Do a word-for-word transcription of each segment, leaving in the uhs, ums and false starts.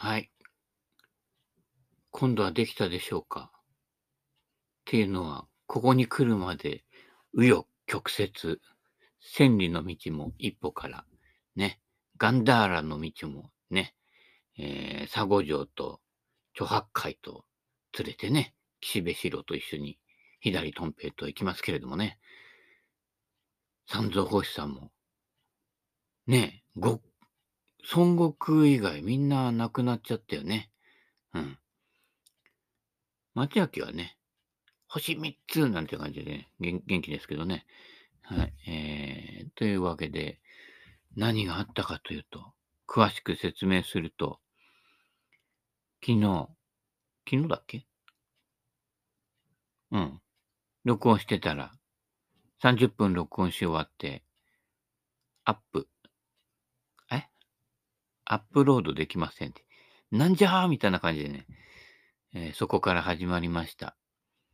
はい。今度はできたでしょうか。っていうのは、ここに来るまで、紆余曲折、千里の道も一歩から、ね、ガンダーラの道もね、えー、佐護城と猪八海と連れてね、岸辺四郎と一緒に左とん平と行きますけれどもね、三蔵法師さんも、ね、ご、孫悟空以外みんな亡くなっちゃったよね。うん。町明はね、星みっつなんて感じでね、元元気ですけどね。はい。えー、というわけで、何があったかというと、詳しく説明すると、昨日、昨日だっけ？うん。録音してたら、さんじゅっぷん録音し終わって、アップ、えアップロードできませんって。なんじゃーみたいな感じでね、えーそこから始まりました。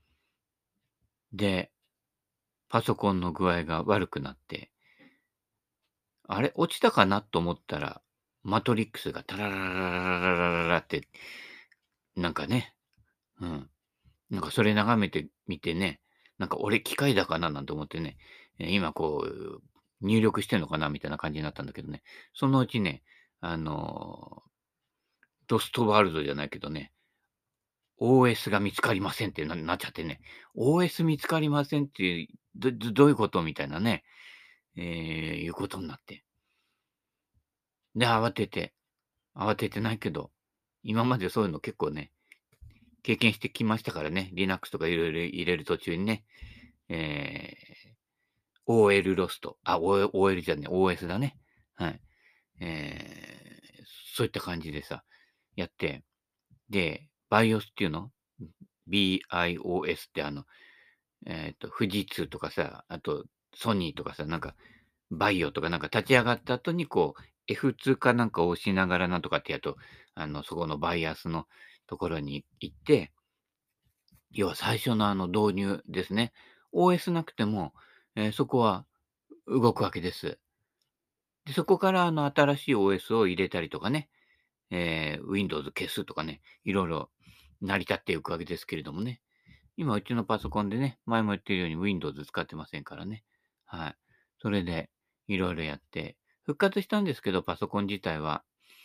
で、パソコンの具合が悪くなって、あれ、落ちたかなと思ったら、マトリックスがタラララララララララって、なんかね、うん。なんかそれ眺めてみてね、なんか俺機械だかななんて思ってね、え、今こう入力してんのかなみたいな感じになったんだけどね、そのうちね、あの、ロストワールドじゃないけどね、オーエス が見つかりませんってななっちゃってね、オーエス 見つかりませんっていう、どどどういうことみたいなね、ええ、いうことになって。で、慌てて慌ててないけど、今までそういうの結構ね、経験してきましたからね、Linux とかいろいろ入れる途中にね、ええ オーエル ロスト。あ、オーエル オーエル じゃねえ、オーエス だね。はい。えーそういった感じでさ、やって、で、BIOS っていうの ?ビーアイオーエス ってあの、えっと、富士通とかさ、あとソニーとかさ、なんか、バイオとかなんか立ち上がった後にこう、エフツー かなんかを押しながらなんとかってやると、あの、そこのバイアスのところに行って、要は最初のあの導入ですね。オーエス なくても、えーそこは動くわけです。で、そこからあの新しい オーエス を入れたりとかね、えー Windows 消すとかね、いろいろ成り立っていくわけですけれどもね。今うちのパソコンでね、前も言ってるように Windows 使ってませんからね。はい。それでいろいろやって、復活したんですけど、パソコン自体は。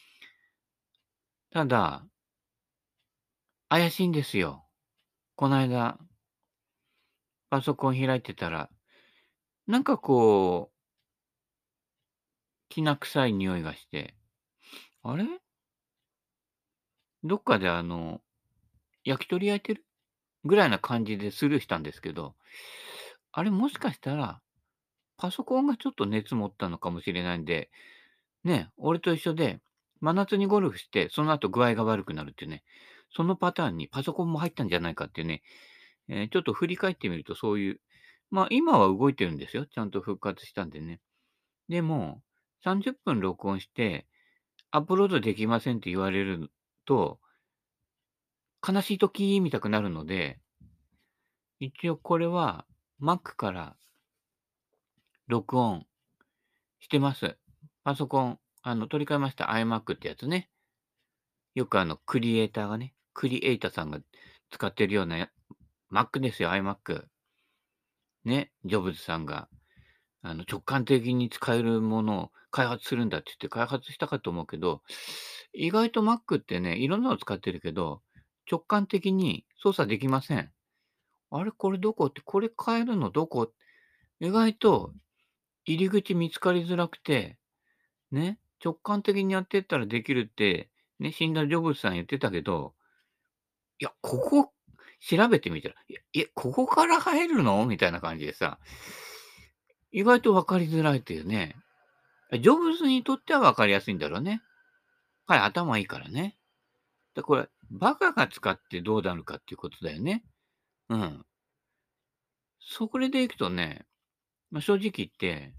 ただ、怪しいんですよ。こないだ、パソコン開いてたら、なんかこう、きな臭い匂いがして、あれどっかであの、焼き鳥焼いてるぐらいな感じでスルーしたんですけど、あれもしかしたら、パソコンがちょっと熱持ったのかもしれないんで、ね、俺と一緒で、真夏にゴルフして、その後具合が悪くなるっていうね、そのパターンにパソコンも入ったんじゃないかっていうね、えーちょっと振り返ってみるとそういう、まあ今は動いてるんですよ。ちゃんと復活したんでね。でも、さんじゅっぷん録音して、アップロードできませんって言われると、悲しい時見たくなるので、一応これは Mac から録音してます。パソコン、あの、取り替えました iMac ってやつね。よくあの、クリエイターがね、クリエイターさんが使ってるようなや Mac ですよ、iMac。ね、ジョブズさんが、あの、直感的に使えるものを開発するんだって言って開発したかと思うけど、意外と Mac ってね、いろんなの使ってるけど、直感的に操作できません。あれ、これどこって、これ変えるのどこ意外と入り口見つかりづらくて、ね、直感的にやってったらできるって、ね、死んだジョブズさん言ってたけど、いや、ここ調べてみたら、いや、え、ここから入るのみたいな感じでさ、意外と分かりづらいっていうね。ジョブズにとっては分かりやすいんだろうね。彼頭いいからね。で、これ、バカが使ってどうなるかっていうことだよね。うん。それでいくとね、まあ、正直言って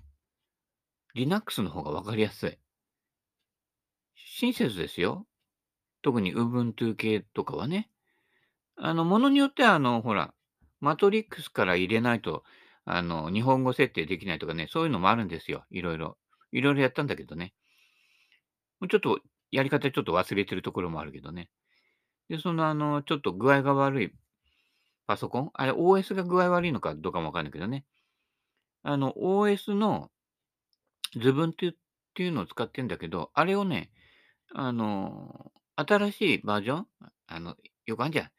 、Linux の方が分かりやすい。親切ですよ。特に Ubuntu 系とかはね。あの、ものによっては、あの、ほら、マトリックスから入れないと、あの、日本語設定できないとかね、そういうのもあるんですよ、いろいろ。いろいろやったんだけどね。もうちょっとやり方ちょっと忘れてるところもあるけどね。で、その、あの、ちょっと具合が悪いパソコン、あれ オーエス が具合悪いのかどうかもわかんないけどね。あの、オーエス の図文っていうっていうのを使ってんだけど、あれをね、あの、新しいバージョン、あの、よくあんじゃん。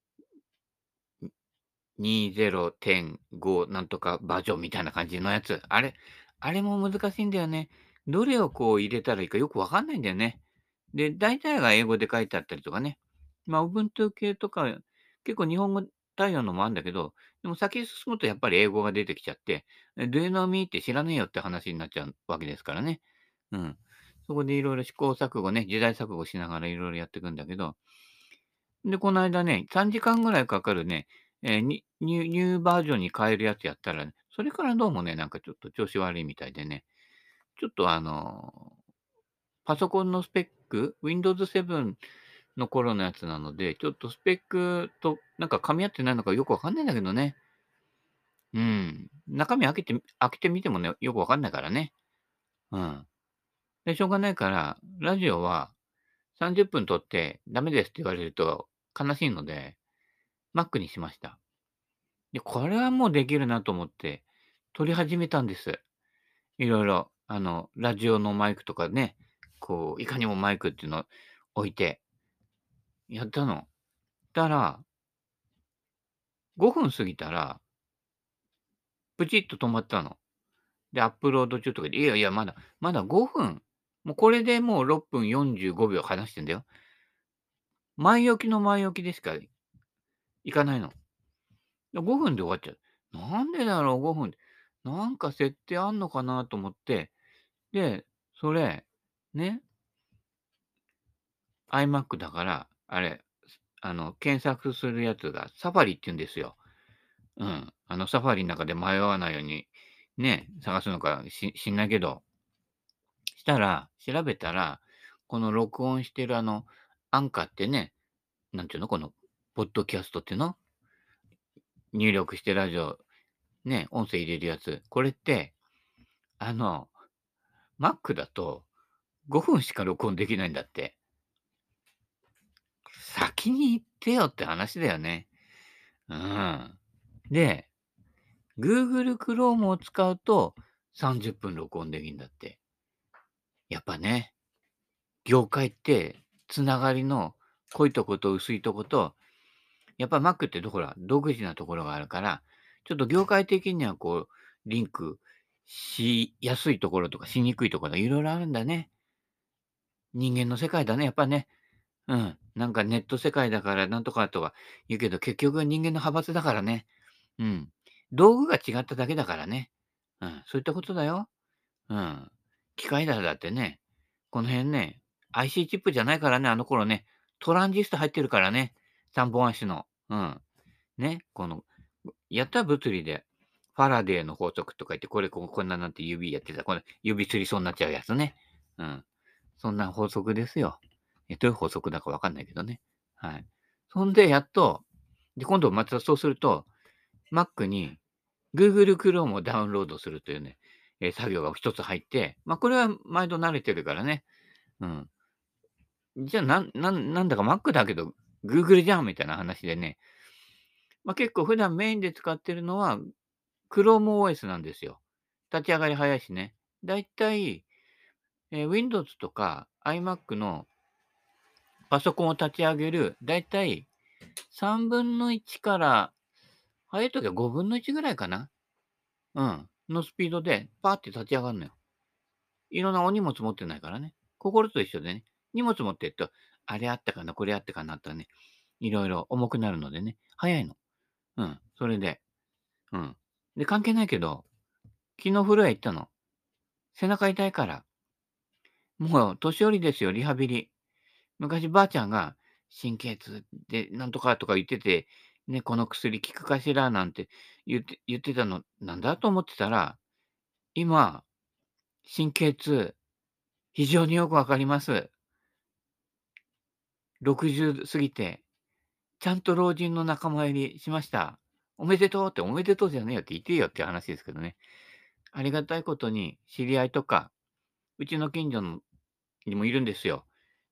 にじゅうてんごなんとかバージョンみたいな感じのやつ。あれあれも難しいんだよね。どれをこう入れたらいいかよくわかんないんだよね。で、大体が英語で書いてあったりとかね。まあ、Ubuntu 系とか、結構日本語対応のもあるんだけど、でも先進むとやっぱり英語が出てきちゃって、え Do you know me? って知らねえよって話になっちゃうわけですからね。うん。そこでいろいろ試行錯誤ね、時代錯誤しながらいろいろやっていくんだけど、で、この間ね、さんじかんぐらいかかるね、えーにニューニューバージョンに変えるやつやったらね、それからどうもね、なんかちょっと調子悪いみたいでね、ちょっとあの、パソコンのスペック、ウィンドウズセブン の頃のやつなので、ちょっとスペックとなんか噛み合ってないのかよくわかんないんだけどね。うん。中身開けて開けてみてもね、よくわかんないからね。うん。で、しょうがないから、ラジオはさんじゅっぷん撮ってダメですって言われると悲しいので、Mac にしました。で、これはもうできるなと思って、撮り始めたんです。いろいろ、あの、ラジオのマイクとかね、こう、いかにもマイクっていうのを置いてやったの。たら、ごふん過ぎたら、プチッと止まったの。で、アップロード中とかで、いやいや、まだ、まだごふん。もうこれでもうろっぷんよんじゅうごびょう話してんだよ。前置きの前置きでしかいかないの。ごふんで終わっちゃう。なんでだろう、ごふん。なんか設定あんのかなと思って、で、それ、ね、iMac だから、あれ、あの、検索するやつがサファリって言うんですよ。うん。あの、サファリの中で迷わないように、ね、探すのかし知んないけど、したら、調べたら、この録音してるあの、アンカーってね、なんていうの、この、ポッドキャストっていうの入力してラジオ、ね、音声入れるやつ。これって、あの、Mac だとごふんしか録音できないんだって。先に言ってよって話だよね。うん。で、Google Chrome を使うとさんじゅっぷん録音できるんだって。やっぱね、業界ってつながりの濃いとこと薄いとこと、やっぱ Mac ってところは独自なところがあるから、ちょっと業界的にはこう、リンクしやすいところとかしにくいところがいろいろあるんだね。人間の世界だね、やっぱね。うん。なんかネット世界だからなんとかとか言うけど、結局人間の派閥だからね。うん。道具が違っただけだからね。うん。そういったことだよ。うん。機械だだってね、この辺ね、アイシー チップじゃないからね、あの頃ね、トランジスタ入ってるからね。さんぼん足の。うん。ね、この、やった物理で、ファラデーの法則とか言って、これこここんななんて指やってた、これ指つりそうになっちゃうやつね。うん。そんな法則ですよ。え、どういう法則だかわかんないけどね。はい。そんでやっと、で、今度またそうすると、Mac に Google Chrome をダウンロードするというね、え、作業が一つ入って、ま、これは毎度慣れてるからね。うん。じゃあ、なんなんなんだか Mac だけど Google じゃんみたいな話でね、ま、結構普段メインで使ってるのは ChromeOS なんですよ。立ち上がり早いしね。だいたい、え、Windows とか iMac のパソコンを立ち上げる、だいたいさんぶんのいちから、早い時はごぶんのいちぐらいかな。うん。のスピードでパーって立ち上がるのよ。いろんなお荷物持ってないからね。心と一緒でね。荷物持ってると、あれあったかな、これあったかなとかね、いろいろ重くなるのでね、早いの。うん。それで、うん。で、関係ないけど、昨日風呂屋行ったの。背中痛いから。もう年寄りですよ、リハビリ。昔ばあちゃんが神経痛でなんとかとか言ってて、ね、この薬効くかしらなんて言って言ってたの、なんだと思ってたら、今、神経痛、非常によくわかります。ろくじゅう過ぎて、ちゃんと老人の仲間入りしました。おめでとうって、おめでとうじゃねえよって言ってよって話ですけどね。ありがたいことに知り合いとか、うちの近所のにもいるんですよ。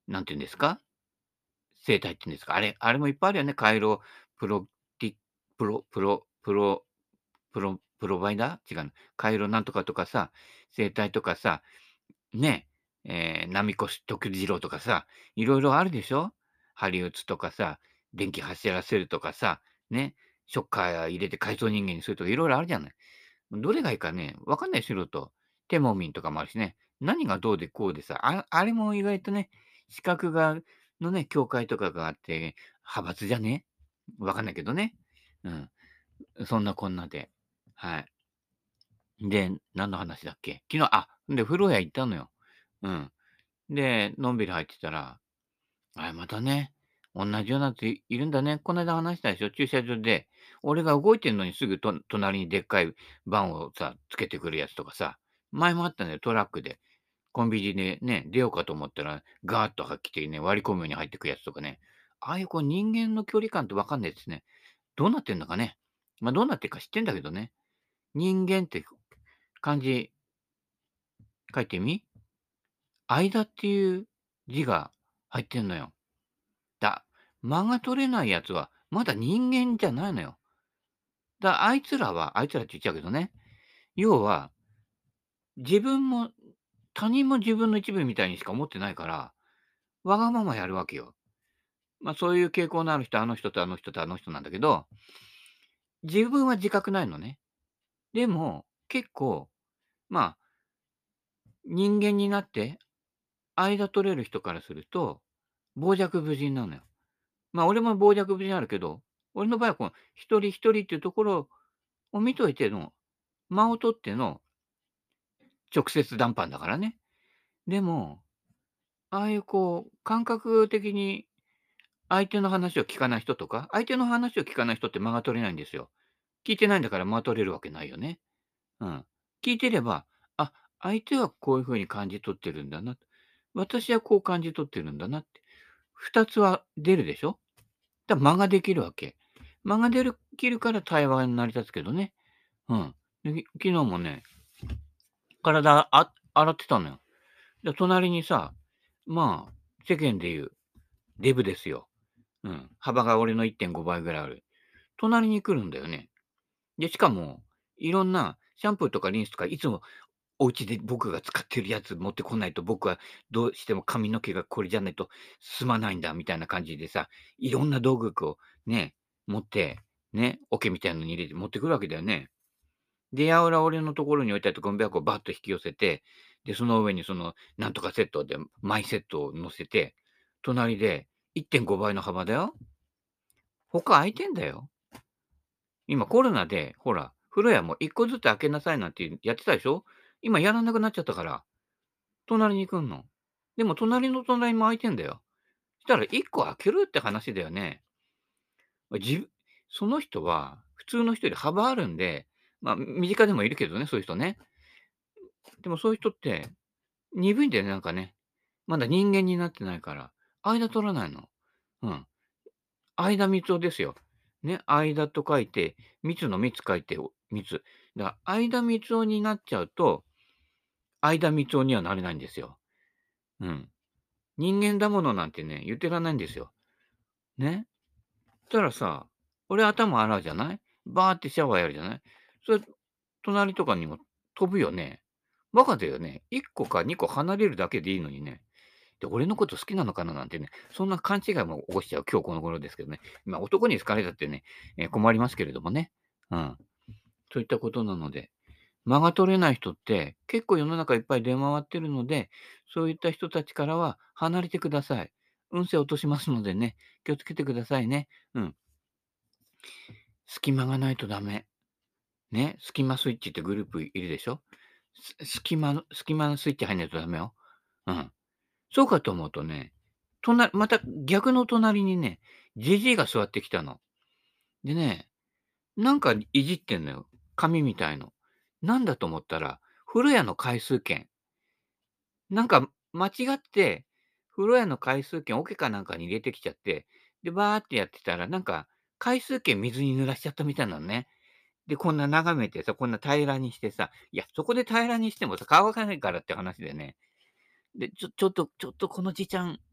なんて言うんですか、生態っていうんですか、あれあれもいっぱいあるよね。カイロプロティプロプロプロプロプロバイダー？違うの。カイロなんとかとかさ、生態とかさ、ね、ええ、波越徳次郎とかさ、いろいろあるでしょ？針打つとかさ、電気走らせるとかさ、ね、ショッカー入れて改造人間にするとかいろいろあるじゃない。どれがいいかね、わかんない素人。テモミンとかもあるしね。何がどうでこうでさ、ああれも意外とね、資格がのね、協会とかがあって、派閥じゃね？わかんないけどね。うん。そんなこんなで。はい。で、何の話だっけ？昨日、あ、で、風呂屋行ったのよ。うん。で、のんびり入ってたら、あれまたね、同じようなやついいるんだね。こないだ話したでしょ、駐車場で、俺が動いてんのにすぐと隣にでっかいバンをさ、つけてくるやつとかさ、前もあったんだよ、トラックで。コンビニでね、出ようかと思ったら、ガーッとは来てね、割り込むように入ってくやつとかね。ああいうこう人間の距離感ってわかんないですね。どうなってんのかね。ま、どうなってるか知ってんだけどね。人間って漢字書いてみ？間っていう字が入ってんのよ。だ間が取れないやつは、まだ人間じゃないのよ。だ、あいつらはあいつらって言っちゃうけどね、要は、自分も他人も自分の一部みたいにしか思ってないから、わがままやるわけよ。ま、そういう傾向のある人、あの人とあの人とあの人なんだけど、自分は自覚ないのね。でも、結構、まあ、人間になって間取れる人からすると、傍若無人なのよ。ま、俺も傍若無人あるけど、俺の場合はこの一人一人っていうところを見といての、間を取っての直接談判だからね。でも、ああいうこう、感覚的に相手の話を聞かない人とか、相手の話を聞かない人って間が取れないんですよ。聞いてないんだから間取れるわけないよね。うん。聞いてれば、あ、相手はこういう風に感じ取ってるんだな。私はこう感じ取ってるんだなって。ふたつは出るでしょ。だ、間ができるわけ。間が出るきるから対話に成り立つけどね。うん。で、き昨日もね、体あ洗ってたのよ。で、隣にさ、まあ、世間でいうデブですよ。うん。幅が俺のいってんごばいぐらいある。隣に来るんだよね。で、しかも、いろんなシャンプーとかリンスとか、いつもお家で僕が使ってるやつ持ってこないと、僕はどうしても髪の毛がこれじゃないと済まないんだみたいな感じでさ、いろんな道具をね、持って、ね、桶みたいなのに入れて持ってくるわけだよね。で、やおら俺のところに置いてあったゴミ箱をバッと引き寄せて、で、その上にそのなんとかセットでマイセットを乗せて、隣でいってんごばいの幅だよ。他空いてんだよ。今コロナで、ほら、風呂屋もいっこずつ開けなさいなんてやってたでしょ？今やらなくなっちゃったから、隣に来んの。でも隣の隣も空いてんだよ。したらいっこ開けるって話だよね。ま、じその人は普通の人より幅あるんで、ま、身近でもいるけどね、そういう人ね。でもそういう人って鈍いんだよね、なんかね。まだ人間になってないから、間取らないの。うん。間光雄ですよ。ね、間と書いて、密の密書いて、お密。だ、間光雄になっちゃうと、間光雄にはなれないんですよ。うん。人間だものなんてね、言ってらんないんですよ。ね。したらさ、俺頭洗うじゃない？バーってシャワーやるじゃない？それ、隣とかにも飛ぶよね。バカだよね。いっこかにこ離れるだけでいいのにね。で、俺のこと好きなのかななんてね、そんな勘違いも起こしちゃう今日この頃ですけどね。まあ、男に好かれたってね、え、困りますけれどもね。うん。そういったことなので、間が取れない人って結構世の中いっぱい出回ってるので、そういった人たちからは離れてください。運勢落としますのでね、気をつけてくださいね。うん。隙間がないとダメ。ね、スキマスイッチってグループいるでしょ？す隙間の隙間のスイッチ入んないとダメよ。うん。そうかと思うとね、となまた逆の隣にね、じじいが座ってきたの。でね、なんかいじってんのよ。紙みたいの。なんだと思ったら、風呂屋の回数券。なんか間違って、風呂屋の回数券、桶かなんかに入れてきちゃって、で、バーってやってたら、なんか回数券水に濡らしちゃったみたいなのね。で、こんな眺めてさ、こんな平らにしてさ、いや、そこで平らにしてもさ、乾かないからって話でね。で、ちょちょっとちょっとこのじいちゃん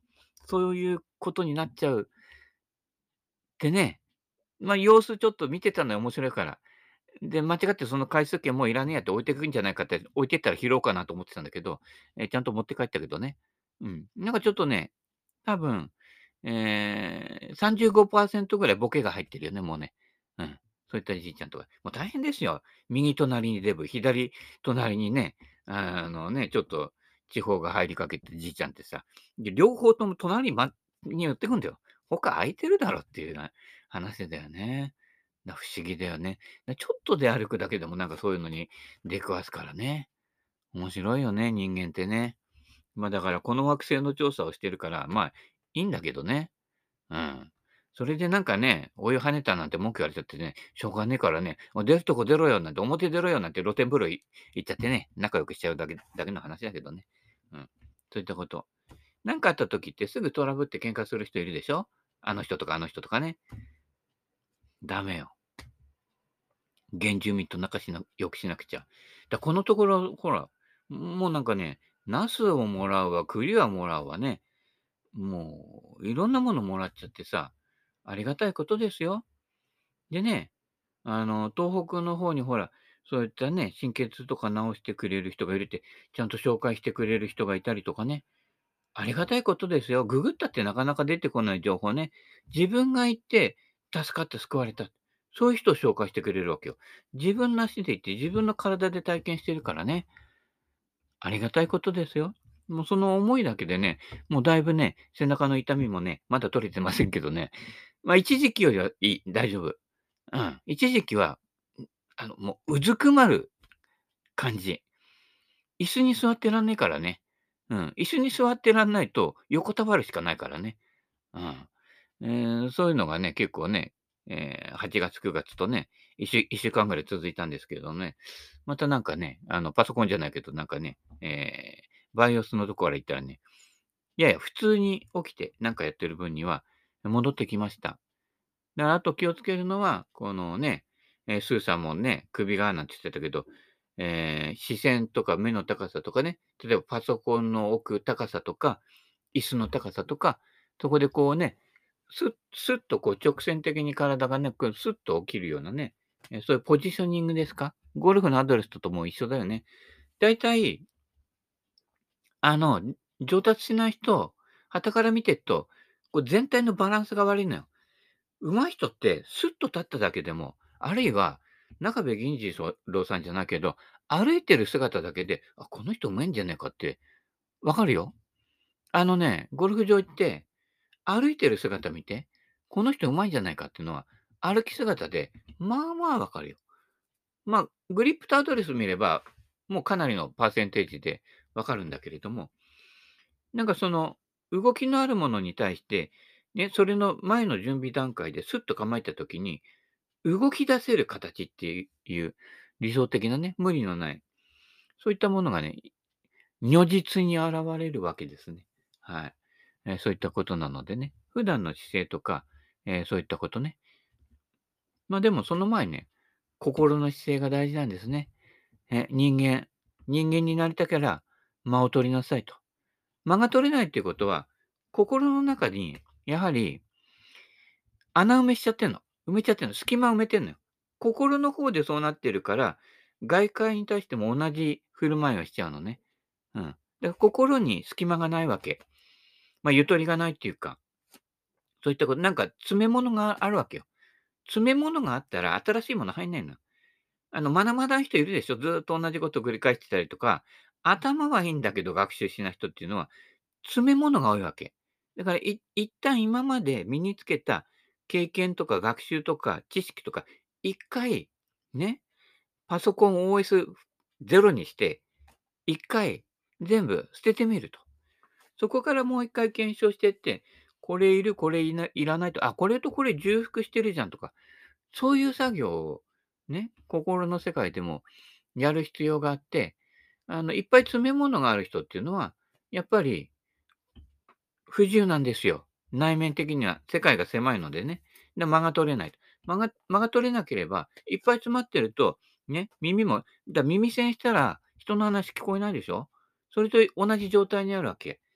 そういうことになっちゃうってね、ま、様子ちょっと見てたのよ、面白いから。で、間違ってその回数券もういらねえやって置いてくんじゃないかって、置いてったら拾おうかなと思ってたんだけど、え、ちゃんと持って帰ったけどね。うん。なんかちょっとね、多分、ええ、さんじゅうごパーセントぐらいボケが入ってるよね、もうね。うん。そういったじいちゃんとか。もう大変ですよ。右隣にデブ、左隣にね、あのね、ちょっと地方が入りかけてるじいちゃんってさ、で、両方とも隣まに寄ってくんだよ。他空いてるだろっていうな話だよね。な、不思議だよね。なちょっとで歩くだけでもなんかそういうのに出くわすからね。面白いよね、人間ってね。ま、だからこの惑星の調査をしてるから、まあ、いいんだけどね。うん。それでなんかね、お湯跳ねたなんて文句言われちゃってね、しょうがねえからね、お出るとこ出ろよなんて、表出ろよなんて露天風呂い行っちゃってね、仲良くしちゃうだけだけの話だけどね。うん。そういったこと。なんかあった時ってすぐトラブって喧嘩する人いるでしょ？あの人とかあの人とかね。ダメよ。原住民と仲しな良くしなくちゃ。だ、このところ、ほら、もうなんかね、茄子をもらうわ、栗はもらうわね。もういろんなものもらっちゃってさ、ありがたいことですよ。でね、あの、東北の方にほら、そういったね、神経痛とか治してくれる人がいるって、ちゃんと紹介してくれる人がいたりとかね、ありがたいことですよ。ググったってなかなか出てこない情報ね。自分が行って助かって救われた。そういう人を紹介してくれるわけよ。自分の足で行って自分の体で体験してるからね。ありがたいことですよ。もうその思いだけでね、もうだいぶね、背中の痛みもね、まだ取れてませんけどね。ま、一時期よりはいい、大丈夫。うん。一時期は、ん、あの、もううずくまる感じ。椅子に座ってらんねえからね。うん。椅子に座ってらんないと横たわるしかないからね。うん。えーそういうのがね、結構ね、えーはちがつ、くがつとね、いっしゅいっしゅうかんぐらい続いたんですけどね。またなんかね、あの、パソコンじゃないけど、なんかね、えーバイオスのとこから行ったらね、やや普通に起きてなんかやってる分には戻ってきました。だからあと気をつけるのは、このね、えースーさんもね、首がなんて言ってたけど、えー視線とか目の高さとかね、例えばパソコンの置く高さとか、椅子の高さとか、そこでこうね、スッスッとこう直線的に体がね、こうスッと起きるようなね、え、そういうポジショニングですか？ゴルフのアドレスとも一緒だよね。だいたい、あの、上達しない人、傍から見てると、こう全体のバランスが悪いのよ。上手い人ってスッと立っただけでも、あるいは中部銀次郎さんじゃないけど、歩いてる姿だけで、あ、この人上手いんじゃねえかって分かるよ。あのね、ゴルフ場行って歩いてる姿見て、この人上手いんじゃないかっていうのは、歩き姿で、まあまあわかるよ。まあ、グリップとアドレス見れば、もうかなりのパーセンテージでわかるんだけれども、なんかその、動きのあるものに対して、ね、それの前の準備段階でスッと構えたときに、動き出せる形っていう理想的なね、無理のない、そういったものがね、如実に現れるわけですね。はい。えーそういったことなのでね、普段の姿勢とか、えーそういったことね。ま、でもその前ね、心の姿勢が大事なんですね。え、人間人間になりたけりゃ間を取りなさいと。間が取れないっていうことは、心の中にやはり穴埋めしちゃってんの。埋めちゃってんの。隙間埋めてんのよ。心の方でそうなってるから、外界に対しても同じ振る舞いをしちゃうのね。うん。だから心に隙間がないわけ。ま、ゆとりがないっていうか、そういったこと、なんか詰め物があるわけよ。詰め物があったら新しいもの入んないの。あの、学ばない人いるでしょ。ずっと同じことを繰り返してたりとか、頭はいいんだけど学習しない人っていうのは、詰め物が多いわけ。だから、い一旦今まで身につけた経験とか学習とか知識とか、一回、ね、パソコン オーエス ゼロにして、一回全部捨ててみると。そこからもう一回検証してって、これいる、これいないらないと、あ、これとこれ重複してるじゃんとか、そういう作業をね、心の世界でもやる必要があって、あの、いっぱい詰め物がある人っていうのは、やっぱり不自由なんですよ。内面的には世界が狭いのでね。で、間が取れないと。間が間が取れなければ、いっぱい詰まってると、ね、耳もだ耳栓したら人の話聞こえないでしょ？それと同じ状態にあるわけ。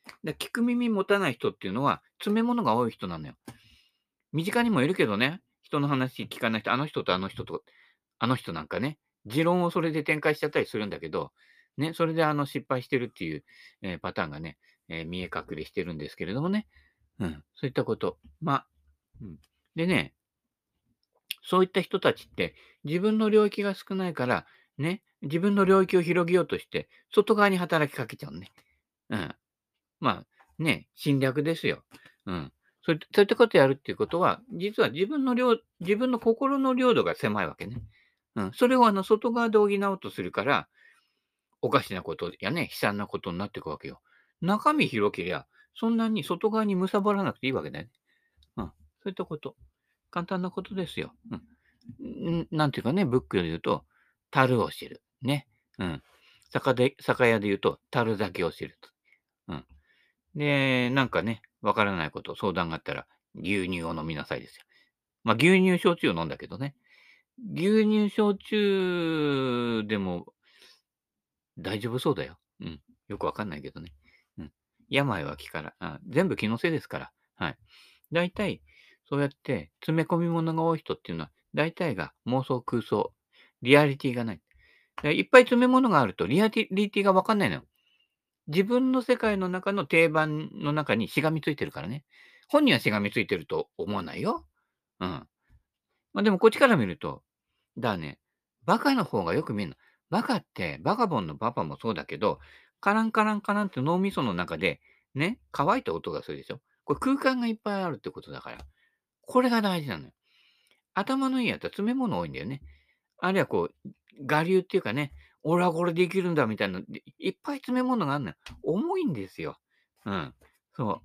で、聞く耳持たない人っていうのは、詰め物が多い人なのよ。身近にもいるけどね、人の話聞かない人、あの人とあの人と、あの人なんかね、持論をそれで展開しちゃったりするんだけど、ね、それであの失敗してるっていう、えーパターンがね、えー見え隠れしてるんですけれどもね。うん、そういったこと。まあ、うん。でね、そういった人たちって、自分の領域が少ないから、ね、自分の領域を広げようとして、外側に働きかけちゃうのね。うん。まあ、ね、侵略ですよ。うん。そういったそういったことやるっていうことは、実は自分の領自分の心の領土が狭いわけね。うん。それをあの外側で補おうとするから、おかしなことやね、悲惨なことになっていくわけよ。中身広けりゃ、そんなに外側に貪らなくていいわけだよね。うん。そういったこと。簡単なことですよ。うん。んなんていうかね、仏教で言うと、樽を知る。ね。うん。酒で酒屋で言うと、樽酒を知ると。うん。で、なんかね、わからないこと、相談があったら、牛乳を飲みなさいですよ。ま、牛乳、焼酎を飲んだけどね。牛乳、焼酎でも大丈夫そうだよ。うん。よくわかんないけどね。うん。病は気から、あ、全部気のせいですから。はい。大体、そうやって詰め込み物が多い人っていうのは、大体が妄想、空想、リアリティがない。でいっぱい詰め物があると、リアティリティがわかんないのよ。自分の世界の中の定番の中にしがみついてるからね。本人はしがみついてると思わないよ。うん。ま、でもこっちから見ると、だからね、バカの方がよく見えるの。バカって、バカボンのパパもそうだけど、カランカランカランって脳みその中で、ね、乾いた音がするでしょ。これ空間がいっぱいあるってことだから。これが大事なのよ。頭のいいやつは詰め物多いんだよね。あるいはこう、我流っていうかね、俺はこれできるんだみたいな、でいっぱい詰め物があるのよ。重いんですよ。うん。そう。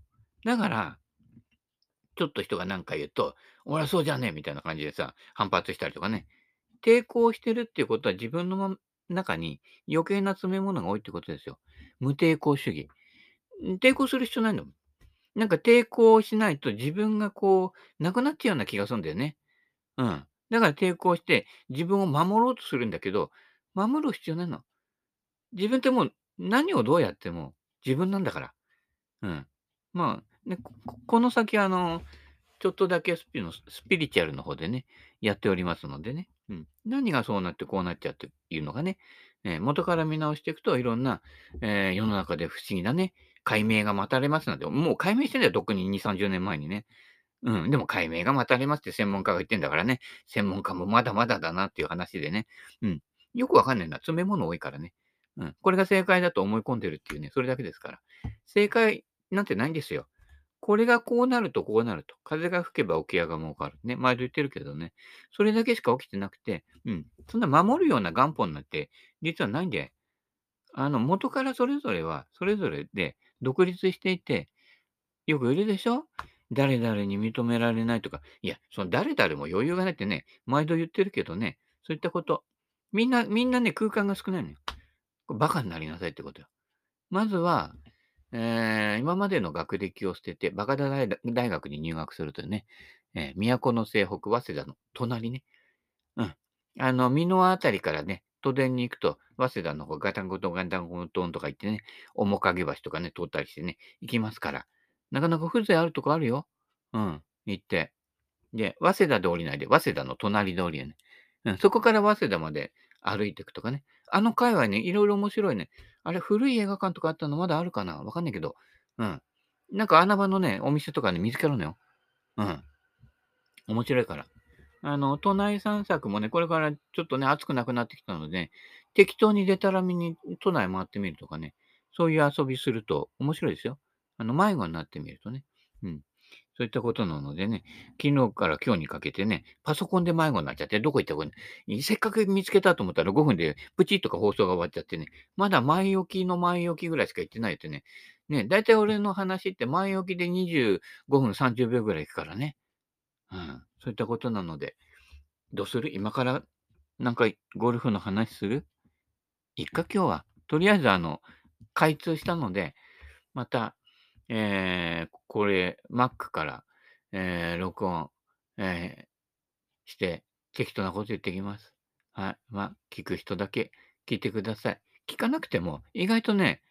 だから、ちょっと人が何か言うと、俺はそうじゃねえみたいな感じでさ、反発したりとかね。抵抗してるっていうことは自分のま中に余計な詰め物が多いってことですよ。無抵抗主義。ん抵抗する必要ないんだもん。なんか抵抗しないと自分がこう、なくなっちゃうような気がするんだよね。うん。だから抵抗して自分を守ろうとするんだけど、守る必要ないの。自分ってもう何をどうやっても自分なんだから。うん。まあ、ね、こここの先あの、ちょっとだけスピのスピリチュアルの方でね、やっておりますのでね。うん。何がそうなってこうなっちゃうっていうのがね、えー元から見直していくといろんな、えー世の中で不思議なね、解明が待たれますなんて、もう解明してんだよ、とっくにに、さんじゅうねんまえにね。うん、でも解明が待たれますって専門家が言ってんだからね、専門家もまだまだだなっていう話でね。うん。よくわかんないな。詰め物多いからね。うん。これが正解だと思い込んでるっていうね、それだけですから。正解なんてないんですよ。これがこうなるとこうなると。風が吹けば桶屋が儲かる。ね。毎度言ってるけどね。それだけしか起きてなくて、うん。そんな守るような元本なんて、実はないんで、あの、元からそれぞれは、それぞれで独立していて、よくいるでしょ？誰々に認められないとか、いや、その誰々も余裕がないってね、毎度言ってるけどね、そういったこと。みんなみんなね、空間が少ないのよ。これ馬鹿になりなさいってことよ。まずは、えー今までの学歴を捨てて、バカ大大学に入学するとね、えー都西北、早稲田の隣ね。うん。あの、美濃あたりからね、都電に行くと、早稲田の方、ガタンゴトンガタンゴトンとか行ってね、面影橋とかね、通ったりしてね、行きますから。なかなか風情あるとこあるよ。うん、行って。で、早稲田で降りないで、早稲田の隣で降りるね。うん、そこから早稲田まで歩いていくとかね。あの界隈ね、いろいろ面白いね。あれ、古い映画館とかあったのまだあるかなわかんないけど。うん。なんか穴場のね、お店とかね、見つけるのよ。うん。面白いから。あの、都内散策もね、これからちょっとね、暑くなくなってきたので、適当にでたらめに都内回ってみるとかね、そういう遊びすると面白いですよ。あの、迷子になってみるとね。うん。そういったことなのでね、昨日から今日にかけてね、パソコンで迷子になっちゃって、どこ行ったかせっかく見つけたと思ったらごふんでプチッとか放送が終わっちゃってね、まだ前置きの前置きぐらいしか言ってないってね。ね、だいたい俺の話って前置きでにじゅうごふん、さんじゅうびょうぐらい行くからね。うん。そういったことなので、どうする今から、なんか、ゴルフの話するいっか、今日は。とりあえず、あの、開通したので、また、えーこれ、Mac から、えー録音、えーして、適当なこと言ってきます。はい。まあ、聞く人だけ聞いてください。聞かなくても、意外とね、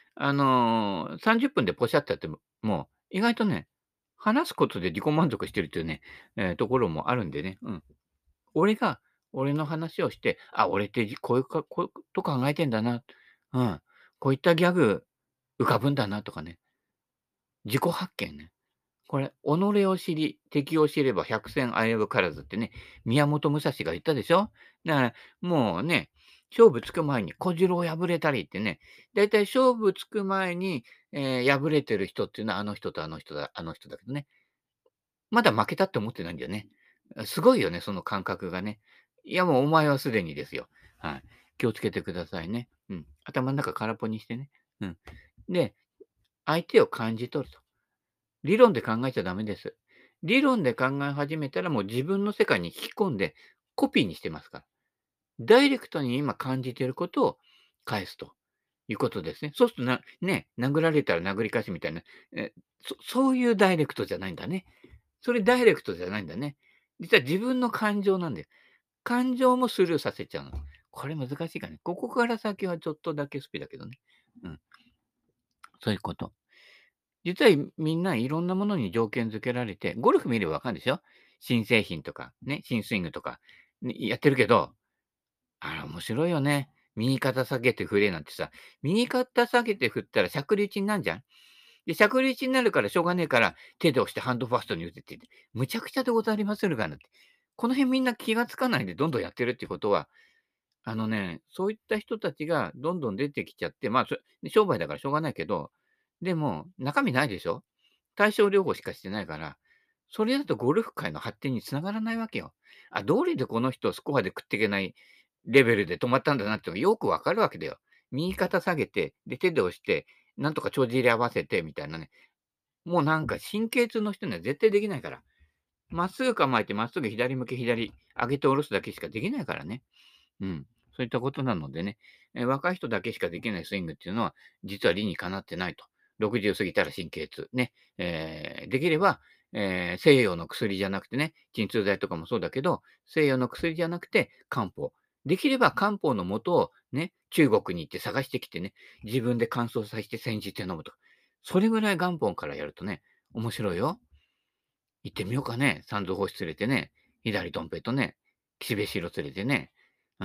あの、さんじゅっぷんでポシャってやっても、もう意外とね、話すことで自己満足してるっていうね、ええ、ところもあるんでね、うん。俺が俺の話をして、あ、俺ってじこういうかこういうこと考えてんだな、うん、こういったギャグ浮かぶんだなとかね、自己発見ね。これ、己を知り、敵を知れば百戦危うからずってね、宮本武蔵が言ったでしょ。だから、もうね、勝負つく前に小次郎敗れたりってね、だいたい勝負つく前に、えー敗れてる人っていうのは、あの人とあの人だ、あの人だけどね、まだ負けたって思ってないんだよね。すごいよね、その感覚がね。いや、もうお前はすでにですよ。はい。気をつけてくださいね。うん。頭の中空っぽにしてね。うん。で、相手を感じ取ると。理論で考えちゃダメです。理論で考え始めたらもう自分の世界に引き込んでコピーにしてますから。ダイレクトに今感じていることを返すということですね。そうするとな、ね、殴られたら殴り返すみたいな、え、そそういうダイレクトじゃないんだね。それダイレクトじゃないんだね。実は自分の感情なんだよ。感情もスルーさせちゃうの。これ難しいかね。ここから先はちょっとだけスピだけどね。うん、そういうこと。実は、みんないろんなものに条件付けられて、ゴルフ見ればわかるんですよ。新製品とか、ね、新スイングとか、ね、やってるけど、あれ面白いよね。右肩下げて振れなんてさ、右肩下げて振ったらしゃくり打ちになんじゃん。で、しゃくり打ちになるからしょうがねえから、手で押してハンドファーストに打てって言って、むちゃくちゃでござりまするがなって。この辺みんな気がつかないでどんどんやってるってことは、あのね、そういった人たちがどんどん出てきちゃって、まあ、そ商売だからしょうがないけど、でも中身ないでしょ。対症療法しかしてないから、それだとゴルフ界の発展に繋がらないわけよ。あ、どれでこの人スコアで食っていけないレベルで止まったんだなっていうのがよくわかるわけだよ。右肩下げて、で、手で押して、なんとか帳尻合わせてみたいなね。もうなんか神経痛の人には絶対できないから。まっすぐ構えてまっすぐ左向き左、上げて下ろすだけしかできないからね。うん。そういったことなのでね、え、若い人だけしかできないスイングっていうのは、実は理にかなってないと。ろくじゅう過ぎたら神経痛。ね。えーできれば、えー西洋の薬じゃなくてね、鎮痛剤とかもそうだけど、西洋の薬じゃなくて漢方。できれば漢方の元をね、中国に行って探してきてね、自分で乾燥させて煎じて飲むと。それぐらい元本からやるとね、面白いよ。行ってみようかね。三蔵法師連れてね、左とん平とね、岸辺四郎連れてね。うん。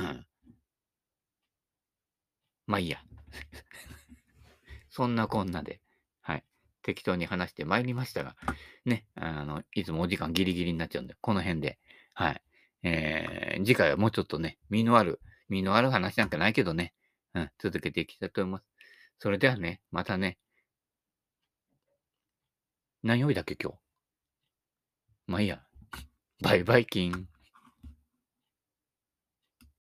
ま、いいや。そんなこんなで、はい。適当に話してまいりましたが、ね、あの、いつもお時間ギリギリになっちゃうんで、この辺で、はい。えー次回はもうちょっとね、実のある実のある話なんかないけどね、うん、続けていきたいと思います。それではね、またね、何曜日だっけ、今日。ま、いいや。バイバイキン。